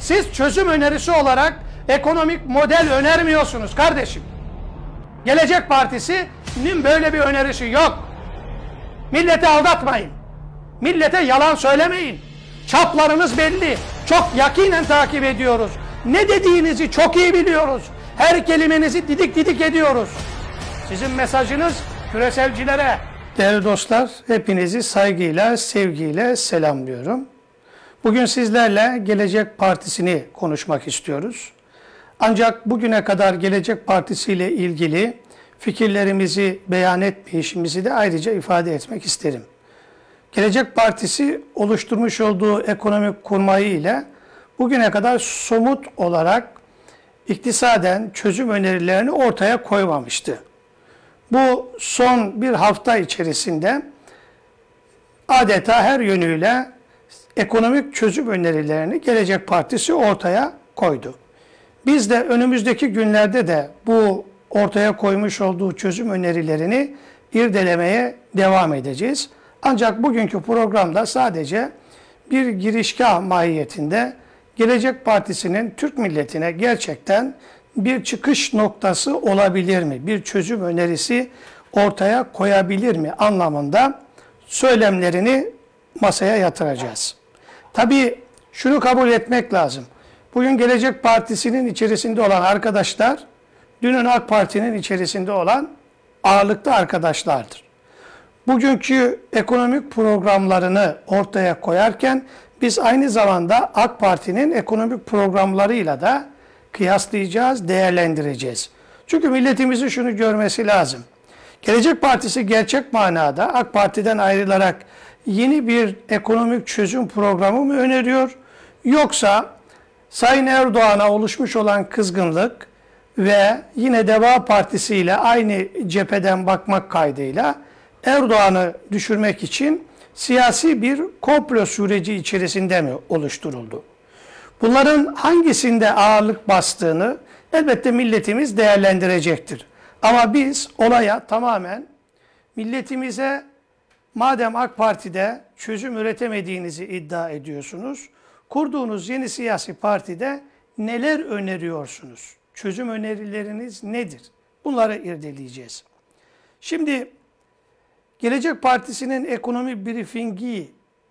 Siz çözüm önerisi olarak ekonomik model önermiyorsunuz kardeşim. Gelecek Partisi'nin böyle bir önerisi yok. Milleti aldatmayın. Millete yalan söylemeyin. Çaplarınız belli. Çok yakinen takip ediyoruz. Ne dediğinizi çok iyi biliyoruz. Her kelimenizi didik didik ediyoruz. Sizin mesajınız küreselcilere. Değerli dostlar, hepinizi saygıyla, sevgiyle selamlıyorum. Bugün sizlerle Gelecek Partisi'ni konuşmak istiyoruz. Ancak bugüne kadar Gelecek Partisi ile ilgili fikirlerimizi beyan etmeyişimizi de ayrıca ifade etmek isterim. Gelecek Partisi oluşturmuş olduğu ekonomik kurmayı ile bugüne kadar somut olarak iktisaden çözüm önerilerini ortaya koymamıştı. Bu son bir hafta içerisinde adeta her yönüyle ekonomik çözüm önerilerini Gelecek Partisi ortaya koydu. Biz de önümüzdeki günlerde de bu ortaya koymuş olduğu çözüm önerilerini irdelemeye devam edeceğiz. Ancak bugünkü programda sadece bir girişgah mahiyetinde Gelecek Partisi'nin Türk milletine gerçekten bir çıkış noktası olabilir mi? Bir çözüm önerisi ortaya koyabilir mi anlamında söylemlerini masaya yatıracağız. Tabii şunu kabul etmek lazım. Bugün Gelecek Partisi'nin içerisinde olan arkadaşlar, dünün AK Parti'nin içerisinde olan ağırlıklı arkadaşlardır. Bugünkü ekonomik programlarını ortaya koyarken biz aynı zamanda AK Parti'nin ekonomik programlarıyla da kıyaslayacağız, değerlendireceğiz. Çünkü milletimizin şunu görmesi lazım. Gelecek Partisi gerçek manada AK Parti'den ayrılarak yeni bir ekonomik çözüm programı mı öneriyor? Yoksa Sayın Erdoğan'a oluşmuş olan kızgınlık ve yine Deva Partisi ile aynı cepheden bakmak kaydıyla Erdoğan'ı düşürmek için siyasi bir komplo süreci içerisinde mi oluşturuldu? Bunların hangisinde ağırlık bastığını elbette milletimiz değerlendirecektir. Ama biz olaya tamamen milletimize madem AK Parti'de çözüm üretemediğinizi iddia ediyorsunuz, kurduğunuz yeni siyasi partide neler öneriyorsunuz? Çözüm önerileriniz nedir? Bunları irdeleyeceğiz. Şimdi Gelecek Partisi'nin ekonomi briefingi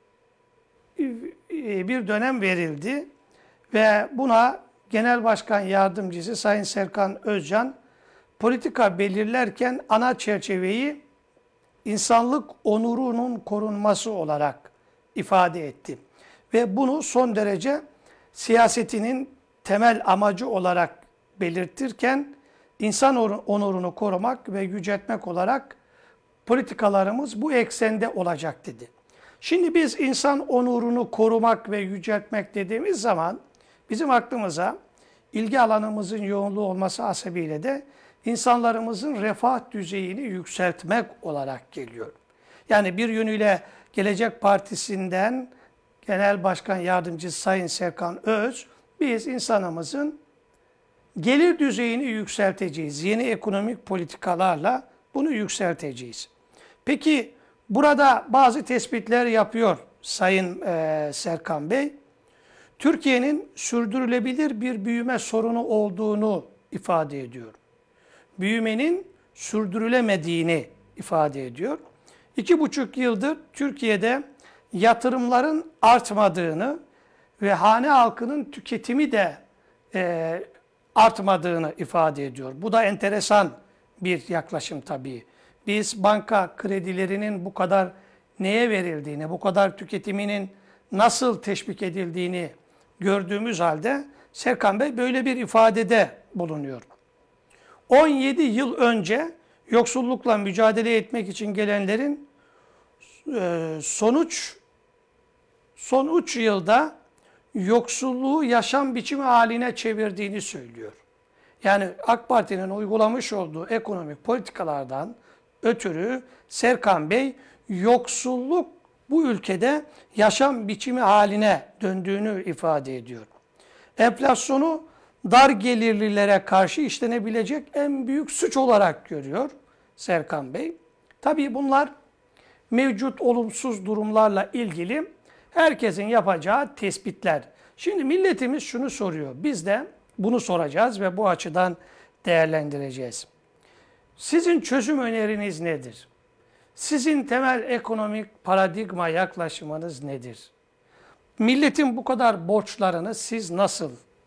bir dönem verildi ve buna Genel Başkan Yardımcısı Sayın Serkan Özcan politika belirlerken ana çerçeveyi insanlık onurunun korunması olarak ifade etti. Ve bunu son derece siyasetinin temel amacı olarak belirtirken insan onurunu korumak ve yüceltmek olarak politikalarımız bu eksende olacak dedi. Şimdi biz insan onurunu korumak ve yüceltmek dediğimiz zaman bizim aklımıza ilgi alanımızın yoğunluğu olması hasebiyle de insanlarımızın refah düzeyini yükseltmek olarak geliyor. Yani bir yönüyle Gelecek Partisi'nden Genel Başkan Yardımcısı Sayın Serkan Öz, biz insanımızın gelir düzeyini yükselteceğiz. Yeni ekonomik politikalarla bunu yükselteceğiz. Peki burada bazı tespitler yapıyor Sayın Serkan Bey. Türkiye'nin sürdürülebilir bir büyüme sorunu olduğunu ifade ediyor. Büyümenin sürdürülemediğini ifade ediyor. 2,5 yıldır Türkiye'de yatırımların artmadığını ve hane halkının tüketimi de artmadığını ifade ediyor. Bu da enteresan bir yaklaşım tabii. Biz banka kredilerinin bu kadar neye verildiğini, bu kadar tüketiminin nasıl teşvik edildiğini gördüğümüz halde Serkan Bey böyle bir ifadede bulunuyor. 17 yıl önce yoksullukla mücadele etmek için gelenlerin son 3 yılda yoksulluğu yaşam biçimi haline çevirdiğini söylüyor. Yani AK Parti'nin uygulamış olduğu ekonomik politikalardan ötürü Serkan Bey yoksulluk bu ülkede yaşam biçimi haline döndüğünü ifade ediyor. Enflasyonu dar gelirlilere karşı işlenebilecek en büyük suç olarak görüyor Serkan Bey. Tabii bunlar mevcut olumsuz durumlarla ilgili herkesin yapacağı tespitler. Şimdi milletimiz şunu soruyor. Biz de bunu soracağız ve bu açıdan değerlendireceğiz. Sizin çözüm öneriniz nedir? Sizin temel ekonomik paradigma yaklaşımınız nedir? Milletin bu kadar borçlarını siz nasıl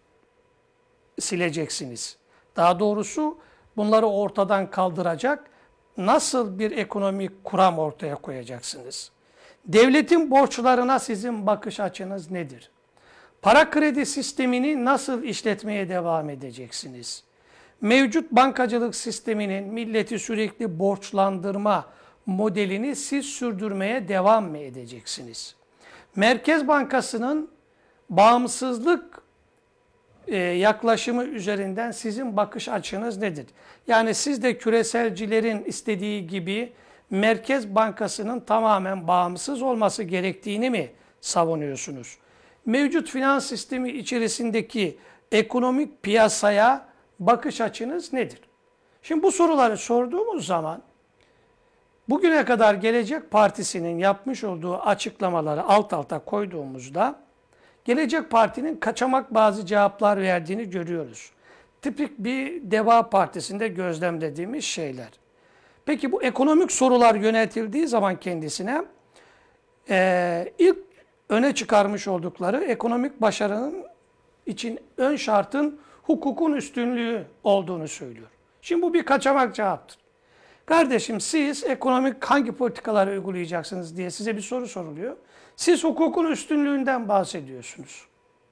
sileceksiniz? Daha doğrusu bunları ortadan kaldıracak nasıl bir ekonomik kuram ortaya koyacaksınız? Devletin borçlarına sizin bakış açınız nedir? Para kredi sistemini nasıl işletmeye devam edeceksiniz? Mevcut bankacılık sisteminin milleti sürekli borçlandırma modelini siz sürdürmeye devam mı edeceksiniz? Merkez Bankası'nın bağımsızlık yaklaşımı üzerinden sizin bakış açınız nedir? Yani siz de küreselcilerin istediği gibi Merkez Bankası'nın tamamen bağımsız olması gerektiğini mi savunuyorsunuz? Mevcut finans sistemi içerisindeki ekonomik piyasaya bakış açınız nedir? Şimdi bu soruları sorduğumuz zaman bugüne kadar Gelecek Partisi'nin yapmış olduğu açıklamaları alt alta koyduğumuzda Gelecek Parti'nin kaçamak bazı cevaplar verdiğini görüyoruz. Tipik bir Deva Partisi'nde gözlemlediğimiz şeyler. Peki bu ekonomik sorular yöneltildiği zaman kendisine ilk öne çıkarmış oldukları ekonomik başarının için ön şartın hukukun üstünlüğü olduğunu söylüyor. Şimdi bu bir kaçamak cevaptır. Kardeşim siz ekonomik hangi politikaları uygulayacaksınız diye size bir soru soruluyor. Siz hukukun üstünlüğünden bahsediyorsunuz.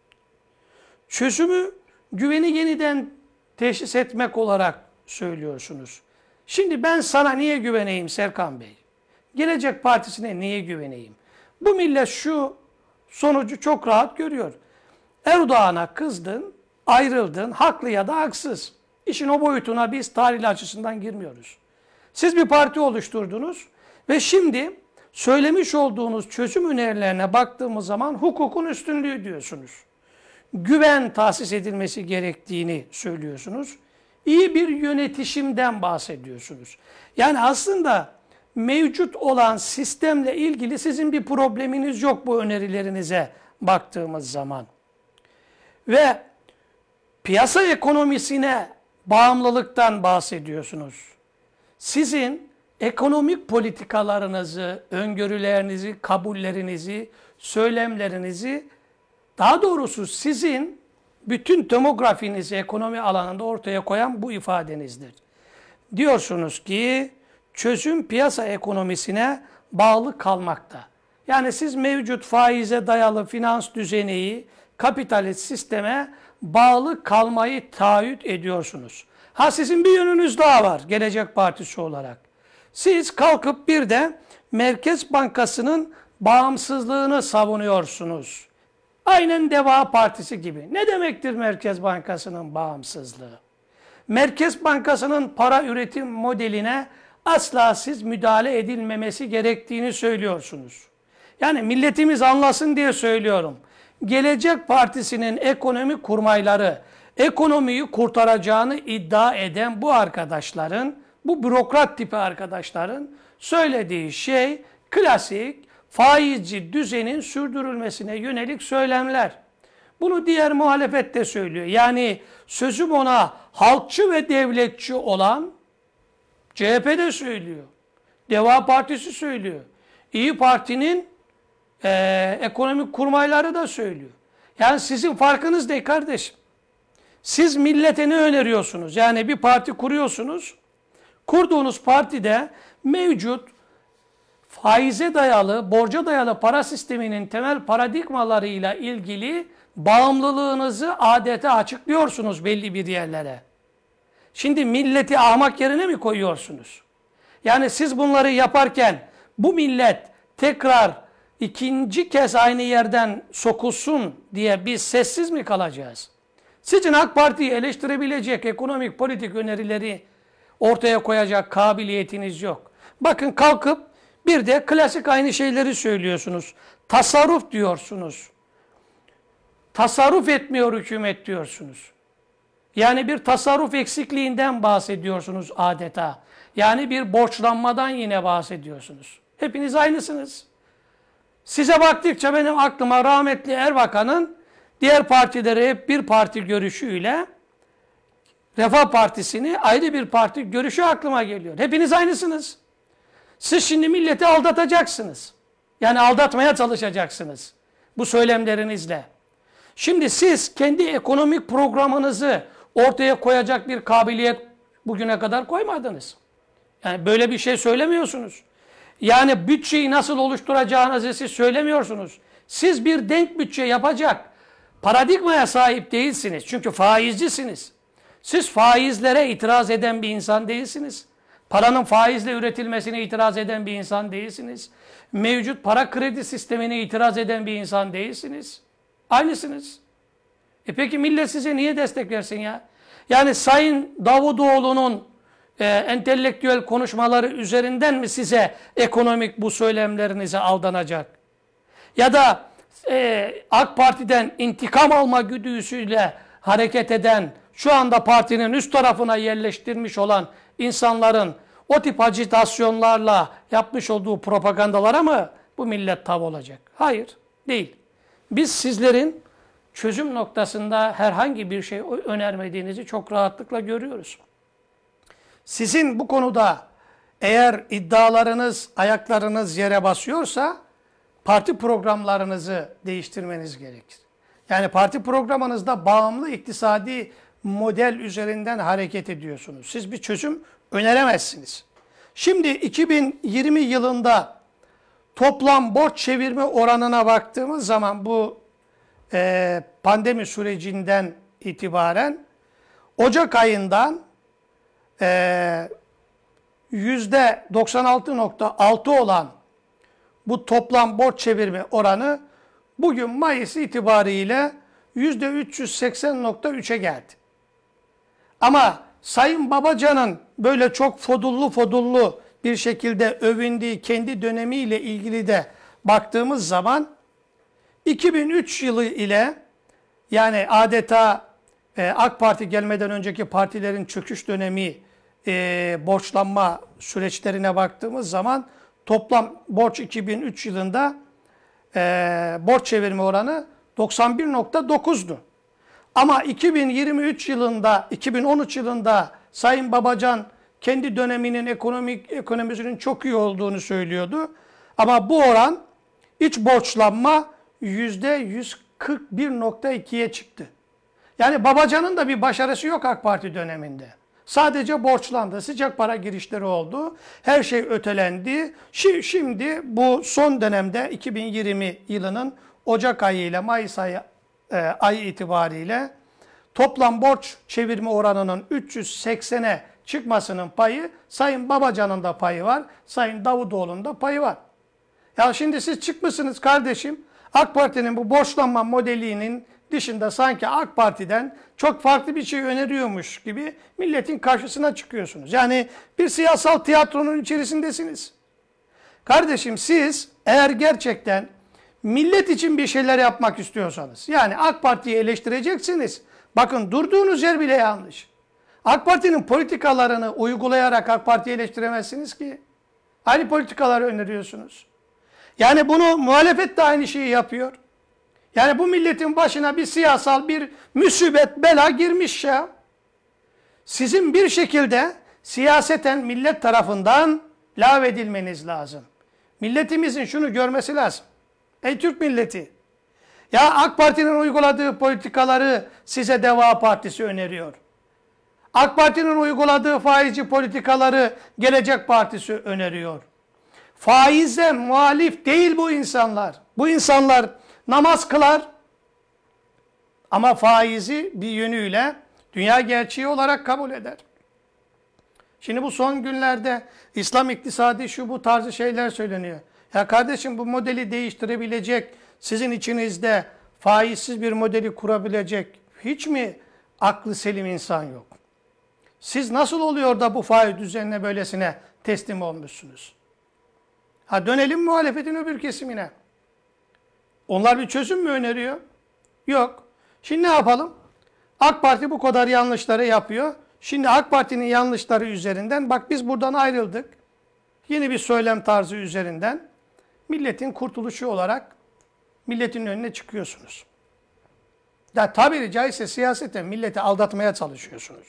Çözümü güveni yeniden teşhis etmek olarak söylüyorsunuz. Şimdi ben sana niye güveneyim Serkan Bey? Gelecek Partisi'ne niye güveneyim? Bu millet şu sonucu çok rahat görüyor. Erdoğan'a kızdın, ayrıldın, haklı ya da haksız. İşin o boyutuna biz tarih açısından girmiyoruz. Siz bir parti oluşturdunuz ve şimdi söylemiş olduğunuz çözüm önerilerine baktığımız zaman hukukun üstünlüğü diyorsunuz. Güven tahsis edilmesi gerektiğini söylüyorsunuz. İyi bir yönetişimden bahsediyorsunuz. Yani aslında mevcut olan sistemle ilgili sizin bir probleminiz yok bu önerilerinize baktığımız zaman. Ve piyasa ekonomisine bağımlılıktan bahsediyorsunuz. Sizin ekonomik politikalarınızı, öngörülerinizi, kabullerinizi, söylemlerinizi, daha doğrusu sizin bütün demografinizi ekonomi alanında ortaya koyan bu ifadenizdir. Diyorsunuz ki çözüm piyasa ekonomisine bağlı kalmakta. Yani siz mevcut faize dayalı finans düzeneyi, kapitalist sisteme bağlı kalmayı taahhüt ediyorsunuz. Ha sizin bir yönünüz daha var Gelecek Partisi olarak. Siz kalkıp bir de Merkez Bankası'nın bağımsızlığını savunuyorsunuz. Aynen Deva Partisi gibi. Ne demektir Merkez Bankası'nın bağımsızlığı? Merkez Bankası'nın para üretim modeline asla siz müdahale edilmemesi gerektiğini söylüyorsunuz. Yani milletimiz anlasın diye söylüyorum. Gelecek Partisi'nin ekonomi kurmayları, ekonomiyi kurtaracağını iddia eden bu arkadaşların, bu bürokrat tipi arkadaşların söylediği şey klasik faizci düzenin sürdürülmesine yönelik söylemler. Bunu diğer muhalefet de söylüyor. Yani sözüm ona halkçı ve devletçi olan CHP de söylüyor. Deva Partisi söylüyor. İyi Parti'nin ekonomik kurmayları da söylüyor. Yani sizin farkınız ne kardeşim? Siz millete ne öneriyorsunuz? Yani bir parti kuruyorsunuz. Kurduğunuz partide mevcut faize dayalı, borca dayalı para sisteminin temel paradigmalarıyla ilgili bağımlılığınızı adeta açıklıyorsunuz belli bir yerlere. Şimdi milleti ahmak yerine mi koyuyorsunuz? Yani siz bunları yaparken bu millet tekrar ikinci kez aynı yerden sokulsun diye biz sessiz mi kalacağız? Sizin AK Parti'yi eleştirebilecek ekonomik politik önerileri ortaya koyacak kabiliyetiniz yok. Bakın kalkıp bir de klasik aynı şeyleri söylüyorsunuz. Tasarruf diyorsunuz. Tasarruf etmiyor hükümet diyorsunuz. Yani bir tasarruf eksikliğinden bahsediyorsunuz adeta. Yani bir borçlanmadan yine bahsediyorsunuz. Hepiniz aynısınız. Size baktıkça benim aklıma rahmetli Erbakan'ın Diğer partileri hep bir parti görüşüyle, Refah Partisi'ni ayrı bir parti görüşü aklıma geliyor. Hepiniz aynısınız. Siz şimdi milleti aldatacaksınız. Yani aldatmaya çalışacaksınız bu söylemlerinizle. Şimdi siz kendi ekonomik programınızı ortaya koyacak bir kabiliyet bugüne kadar koymadınız. Yani böyle bir şey söylemiyorsunuz. Yani bütçeyi nasıl oluşturacağınızı siz söylemiyorsunuz. Siz bir denk bütçe yapacak paradigmaya sahip değilsiniz. Çünkü faizcisiniz. Siz faizlere itiraz eden bir insan değilsiniz. Paranın faizle üretilmesine itiraz eden bir insan değilsiniz. Mevcut para kredi sistemine itiraz eden bir insan değilsiniz. Aynısınız. Peki millet size niye destek versin ya? Yani Sayın Davutoğlu'nun entelektüel konuşmaları üzerinden mi size ekonomik bu söylemlerinize aldanacak? Ya da AK Parti'den intikam alma güdüsüyle hareket eden, şu anda partinin üst tarafına yerleştirmiş olan insanların o tip agitasyonlarla yapmış olduğu propagandalara mı bu millet tav olacak? Hayır, değil. Biz sizlerin çözüm noktasında herhangi bir şey önermediğinizi çok rahatlıkla görüyoruz. Sizin bu konuda eğer iddialarınız, ayaklarınız yere basıyorsa parti programlarınızı değiştirmeniz gerekir. Yani parti programınızda bağımlı iktisadi model üzerinden hareket ediyorsunuz. Siz bir çözüm öneremezsiniz. Şimdi 2020 yılında toplam borç çevirme oranına baktığımız zaman bu pandemi sürecinden itibaren Ocak ayından %96.6 olan bu toplam borç çevirme oranı bugün Mayıs itibariyle %380.3'e geldi. Ama Sayın Babacan'ın böyle çok fodullu bir şekilde övündüğü kendi dönemiyle ilgili de baktığımız zaman 2003 yılı ile yani adeta AK Parti gelmeden önceki partilerin çöküş dönemi borçlanma süreçlerine baktığımız zaman toplam borç 2003 yılında borç çevirme oranı 91.9'du. Ama 2023 yılında, 2013 yılında Sayın Babacan kendi döneminin ekonomisinin çok iyi olduğunu söylüyordu. Ama bu oran iç borçlanma %141.2'ye çıktı. Yani Babacan'ın da bir başarısı yok AK Parti döneminde. Sadece borçlandı. Sıcak para girişleri oldu. Her şey ötelendi. Şimdi bu son dönemde 2020 yılının Ocak ayı ile Mayıs ayı itibariyle toplam borç çevirme oranının 380'e çıkmasının payı Sayın Babacan'ın da payı var. Sayın Davutoğlu'nun da payı var. Ya şimdi siz çıkmışsınız kardeşim. AK Parti'nin bu borçlanma modelinin dışında sanki AK Parti'den çok farklı bir şey öneriyormuş gibi milletin karşısına çıkıyorsunuz. Yani bir siyasal tiyatronun içerisindesiniz. Kardeşim siz eğer gerçekten millet için bir şeyler yapmak istiyorsanız, yani AK Parti'yi eleştireceksiniz. Bakın durduğunuz yer bile yanlış. AK Parti'nin politikalarını uygulayarak AK Parti'yi eleştiremezsiniz ki. Aynı politikaları öneriyorsunuz. Yani bunu muhalefet de aynı şeyi yapıyor. Yani bu milletin başına bir siyasal bir musibet, bela girmiş ya. Sizin bir şekilde siyaseten millet tarafından lağvedilmeniz lazım. Milletimizin şunu görmesi lazım. Ey Türk milleti! Ya AK Parti'nin uyguladığı politikaları size Deva Partisi öneriyor. AK Parti'nin uyguladığı faizci politikaları Gelecek Partisi öneriyor. Faize muhalif değil bu insanlar. Bu insanlar namaz kılar ama faizi bir yönüyle dünya gerçeği olarak kabul eder. Şimdi bu son günlerde İslam iktisadi şu bu tarzı şeyler söyleniyor. Ya kardeşim bu modeli değiştirebilecek, sizin içinizde faizsiz bir modeli kurabilecek hiç mi aklı selim insan yok? Siz nasıl oluyor da bu faiz düzenine böylesine teslim olmuşsunuz? Ha dönelim muhalefetin öbür kesimine. Onlar bir çözüm mü öneriyor? Yok. Şimdi ne yapalım? AK Parti bu kadar yanlışları yapıyor. Şimdi AK Parti'nin yanlışları üzerinden bak biz buradan ayrıldık. Yeni bir söylem tarzı üzerinden milletin kurtuluşu olarak milletin önüne çıkıyorsunuz. Ya tabiri caizse siyaseten milleti aldatmaya çalışıyorsunuz.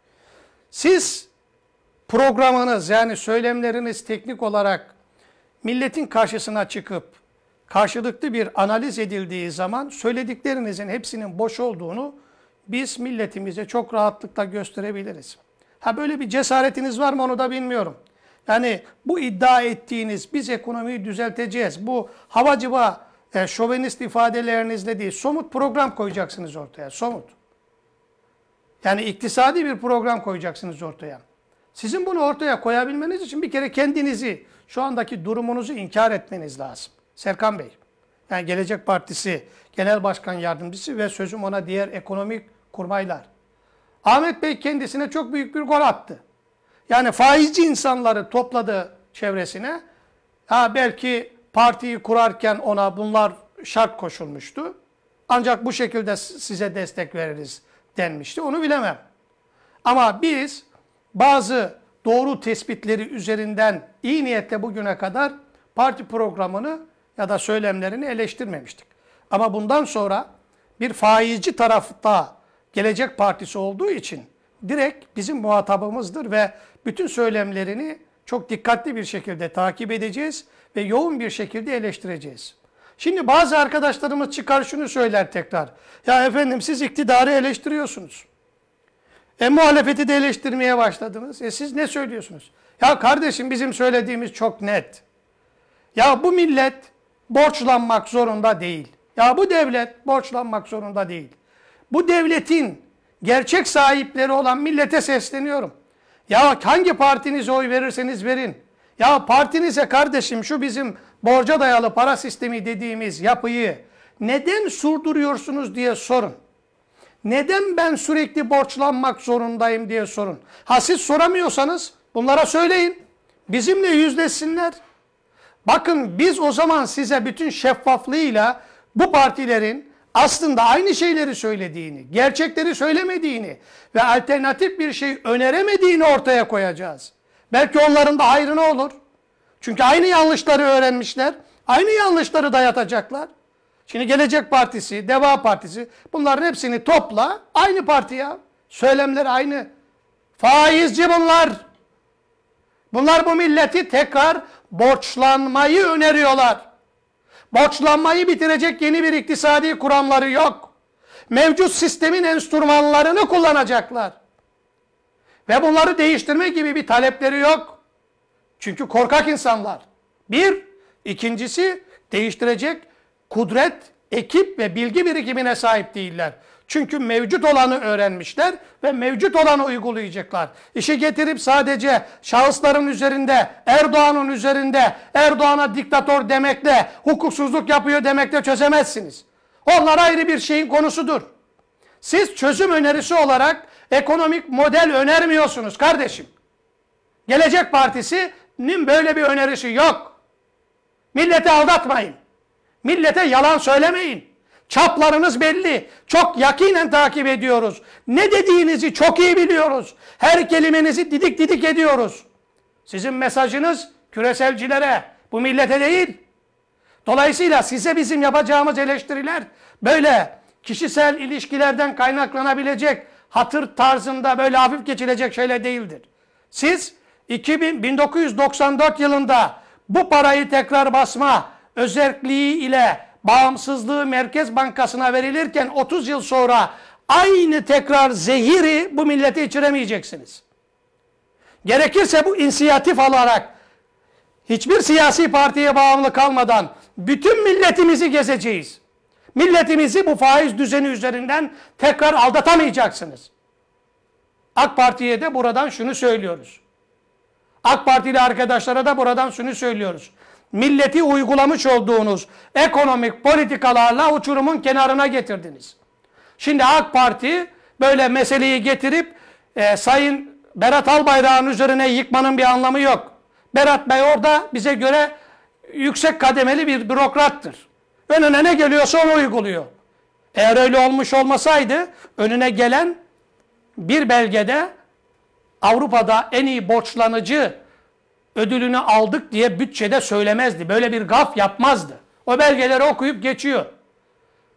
Siz programınız yani söylemleriniz teknik olarak milletin karşısına çıkıp karşılıklı bir analiz edildiği zaman söylediklerinizin hepsinin boş olduğunu biz milletimize çok rahatlıkla gösterebiliriz. Ha böyle bir cesaretiniz var mı onu da bilmiyorum. Yani bu iddia ettiğiniz biz ekonomiyi düzelteceğiz. Bu havacıva şovenist ifadelerinizle değil somut program koyacaksınız ortaya. Somut. Yani iktisadi bir program koyacaksınız ortaya. Sizin bunu ortaya koyabilmeniz için bir kere kendinizi, şu andaki durumunuzu inkar etmeniz lazım. Serkan Bey, yani Gelecek Partisi Genel Başkan Yardımcısı ve sözüm ona diğer ekonomik kurmaylar. Ahmet Bey kendisine çok büyük bir gol attı. Yani faizci insanları topladı çevresine. Ha belki partiyi kurarken ona bunlar şart koşulmuştu. Ancak bu şekilde size destek veririz denmişti. Onu bilemem. Ama biz bazı doğru tespitleri üzerinden iyi niyetle bugüne kadar parti programını ya da söylemlerini eleştirmemiştik. Ama bundan sonra bir faizci tarafta Gelecek Partisi olduğu için direkt bizim muhatabımızdır ve bütün söylemlerini çok dikkatli bir şekilde takip edeceğiz ve yoğun bir şekilde eleştireceğiz. Şimdi bazı arkadaşlarımız çıkar şunu söyler tekrar. Ya efendim siz iktidarı eleştiriyorsunuz. Muhalefeti de eleştirmeye başladınız. Siz ne söylüyorsunuz? Ya kardeşim bizim söylediğimiz çok net. Ya bu millet borçlanmak zorunda değil. Ya bu devlet borçlanmak zorunda değil. Bu devletin gerçek sahipleri olan millete sesleniyorum. Ya hangi partinize oy verirseniz verin. Ya partinize kardeşim şu bizim borca dayalı para sistemi dediğimiz yapıyı neden sürdürüyorsunuz diye sorun. Neden ben sürekli borçlanmak zorundayım diye sorun. Ha siz soramıyorsanız bunlara söyleyin. Bizimle yüzleşsinler. Bakın biz o zaman size bütün şeffaflığıyla bu partilerin aslında aynı şeyleri söylediğini, gerçekleri söylemediğini ve alternatif bir şey öneremediğini ortaya koyacağız. Belki onların da hayrına olur. Çünkü aynı yanlışları öğrenmişler, aynı yanlışları dayatacaklar. Şimdi Gelecek Partisi, Deva Partisi bunların hepsini topla, aynı parti ya. Söylemleri aynı. Faizci bunlar. Bunlar bu milleti tekrar borçlanmayı öneriyorlar. Borçlanmayı bitirecek yeni bir iktisadi kuramları yok. Mevcut sistemin enstrümanlarını kullanacaklar. Ve bunları değiştirme gibi bir talepleri yok. Çünkü korkak insanlar. Bir, ikincisi değiştirecek kudret, ekip ve bilgi birikimine sahip değiller. Çünkü mevcut olanı öğrenmişler ve mevcut olanı uygulayacaklar. İşi getirip sadece şahısların üzerinde, Erdoğan'ın üzerinde, Erdoğan'a diktatör demekle, hukuksuzluk yapıyor demekle çözemezsiniz. Onlar ayrı bir şeyin konusudur. Siz çözüm önerisi olarak ekonomik model önermiyorsunuz kardeşim. Gelecek Partisi'nin böyle bir önerisi yok. Milleti aldatmayın. Millete yalan söylemeyin. Çaplarınız belli. Çok yakinen takip ediyoruz. Ne dediğinizi çok iyi biliyoruz. Her kelimenizi didik didik ediyoruz. Sizin mesajınız küreselcilere, bu millete değil. Dolayısıyla size bizim yapacağımız eleştiriler böyle kişisel ilişkilerden kaynaklanabilecek, hatır tarzında böyle hafif geçilecek şeyler değildir. Siz 1994 yılında bu parayı tekrar basma özelliği ile bağımsızlığı Merkez Bankası'na verilirken 30 yıl sonra aynı tekrar zehiri bu millete içiremeyeceksiniz. Gerekirse bu inisiyatif alarak hiçbir siyasi partiye bağımlı kalmadan bütün milletimizi gezeceğiz. Milletimizi bu faiz düzeni üzerinden tekrar aldatamayacaksınız. AK Parti'ye de buradan şunu söylüyoruz. AK Partili arkadaşlara da buradan şunu söylüyoruz. Milleti uygulamış olduğunuz ekonomik politikalarla uçurumun kenarına getirdiniz. Şimdi AK Parti böyle meseleyi getirip Sayın Berat Albayrak'ın üzerine yıkmanın bir anlamı yok. Berat Bey orada bize göre yüksek kademeli bir bürokrattır. Önüne ne geliyorsa onu uyguluyor. Eğer öyle olmuş olmasaydı önüne gelen bir belgede Avrupa'da en iyi borçlanıcı ödülünü aldık diye bütçede söylemezdi. Böyle bir gaf yapmazdı. O belgeleri okuyup geçiyor.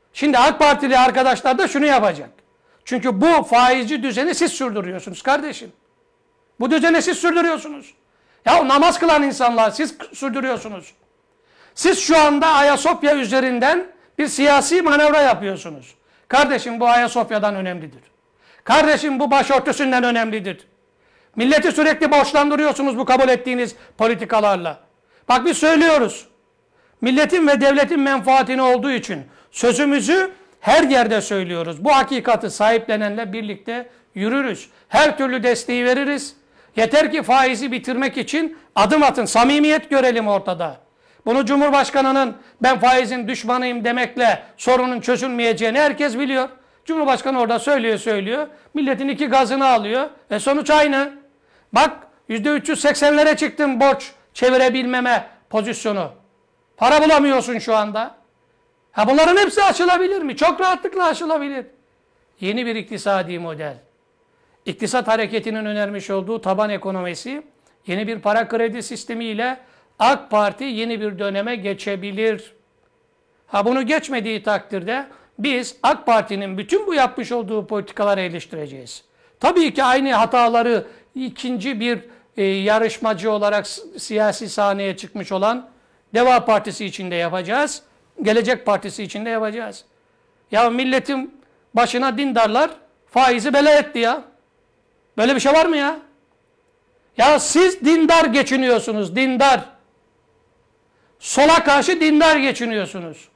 Şimdi AK Partili arkadaşlar da şunu yapacak. Çünkü bu faizci düzeni siz sürdürüyorsunuz kardeşim. Bu düzeni siz sürdürüyorsunuz. Ya namaz kılan insanlar siz sürdürüyorsunuz. Siz şu anda Ayasofya üzerinden bir siyasi manevra yapıyorsunuz. Kardeşim bu Ayasofya'dan önemlidir. Kardeşim bu başörtüsünden önemlidir. Milleti sürekli borçlandırıyorsunuz bu kabul ettiğiniz politikalarla. Bak biz söylüyoruz. Milletin ve devletin menfaatine olduğu için sözümüzü her yerde söylüyoruz. Bu hakikati sahiplenenle birlikte yürürüz. Her türlü desteği veririz. Yeter ki faizi bitirmek için adım atın. Samimiyet görelim ortada. Bunu Cumhurbaşkanı'nın ben faizin düşmanıyım demekle sorunun çözülmeyeceğini herkes biliyor. Cumhurbaşkanı orada söylüyor. Milletin iki gazını alıyor. Sonuç aynı. Bak %380'lere çıktın borç çevirebilmeme pozisyonu. Para bulamıyorsun şu anda. Bunların hepsi aşılabilir mi? Çok rahatlıkla aşılabilir. Yeni bir iktisadi model. İktisat hareketinin önermiş olduğu taban ekonomisi, yeni bir para kredi sistemiyle AK Parti yeni bir döneme geçebilir. Bunu geçmediği takdirde biz AK Parti'nin bütün bu yapmış olduğu politikaları eleştireceğiz. Tabii ki aynı hataları ikinci bir yarışmacı olarak siyasi sahneye çıkmış olan Deva Partisi için de yapacağız. Gelecek Partisi için de yapacağız. Ya milletin başına dindarlar faizi bela etti ya. Böyle bir şey var mı ya? Ya siz dindar geçiniyorsunuz, dindar. Sola karşı dindar geçiniyorsunuz.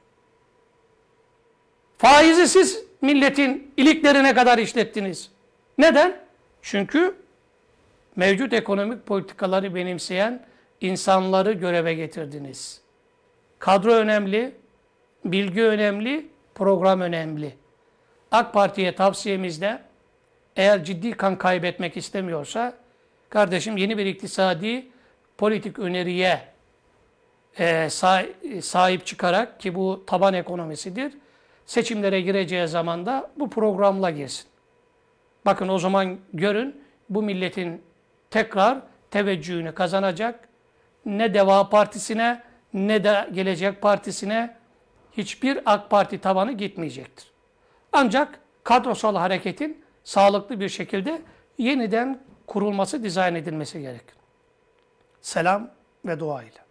Faizi siz milletin iliklerine kadar işlettiniz. Neden? Çünkü mevcut ekonomik politikaları benimseyen insanları göreve getirdiniz. Kadro önemli, bilgi önemli, program önemli. AK Parti'ye tavsiyemizde eğer ciddi kan kaybetmek istemiyorsa kardeşim yeni bir iktisadi politik öneriye sahip çıkarak ki bu taban ekonomisidir. Seçimlere gireceği zaman da bu programla girsin. Bakın o zaman görün bu milletin tekrar teveccühünü kazanacak. Ne Deva Partisi'ne ne de Gelecek Partisi'ne hiçbir AK Parti tabanı gitmeyecektir. Ancak kadrosal hareketin sağlıklı bir şekilde yeniden kurulması, dizayn edilmesi gerekir. Selam ve dua ile.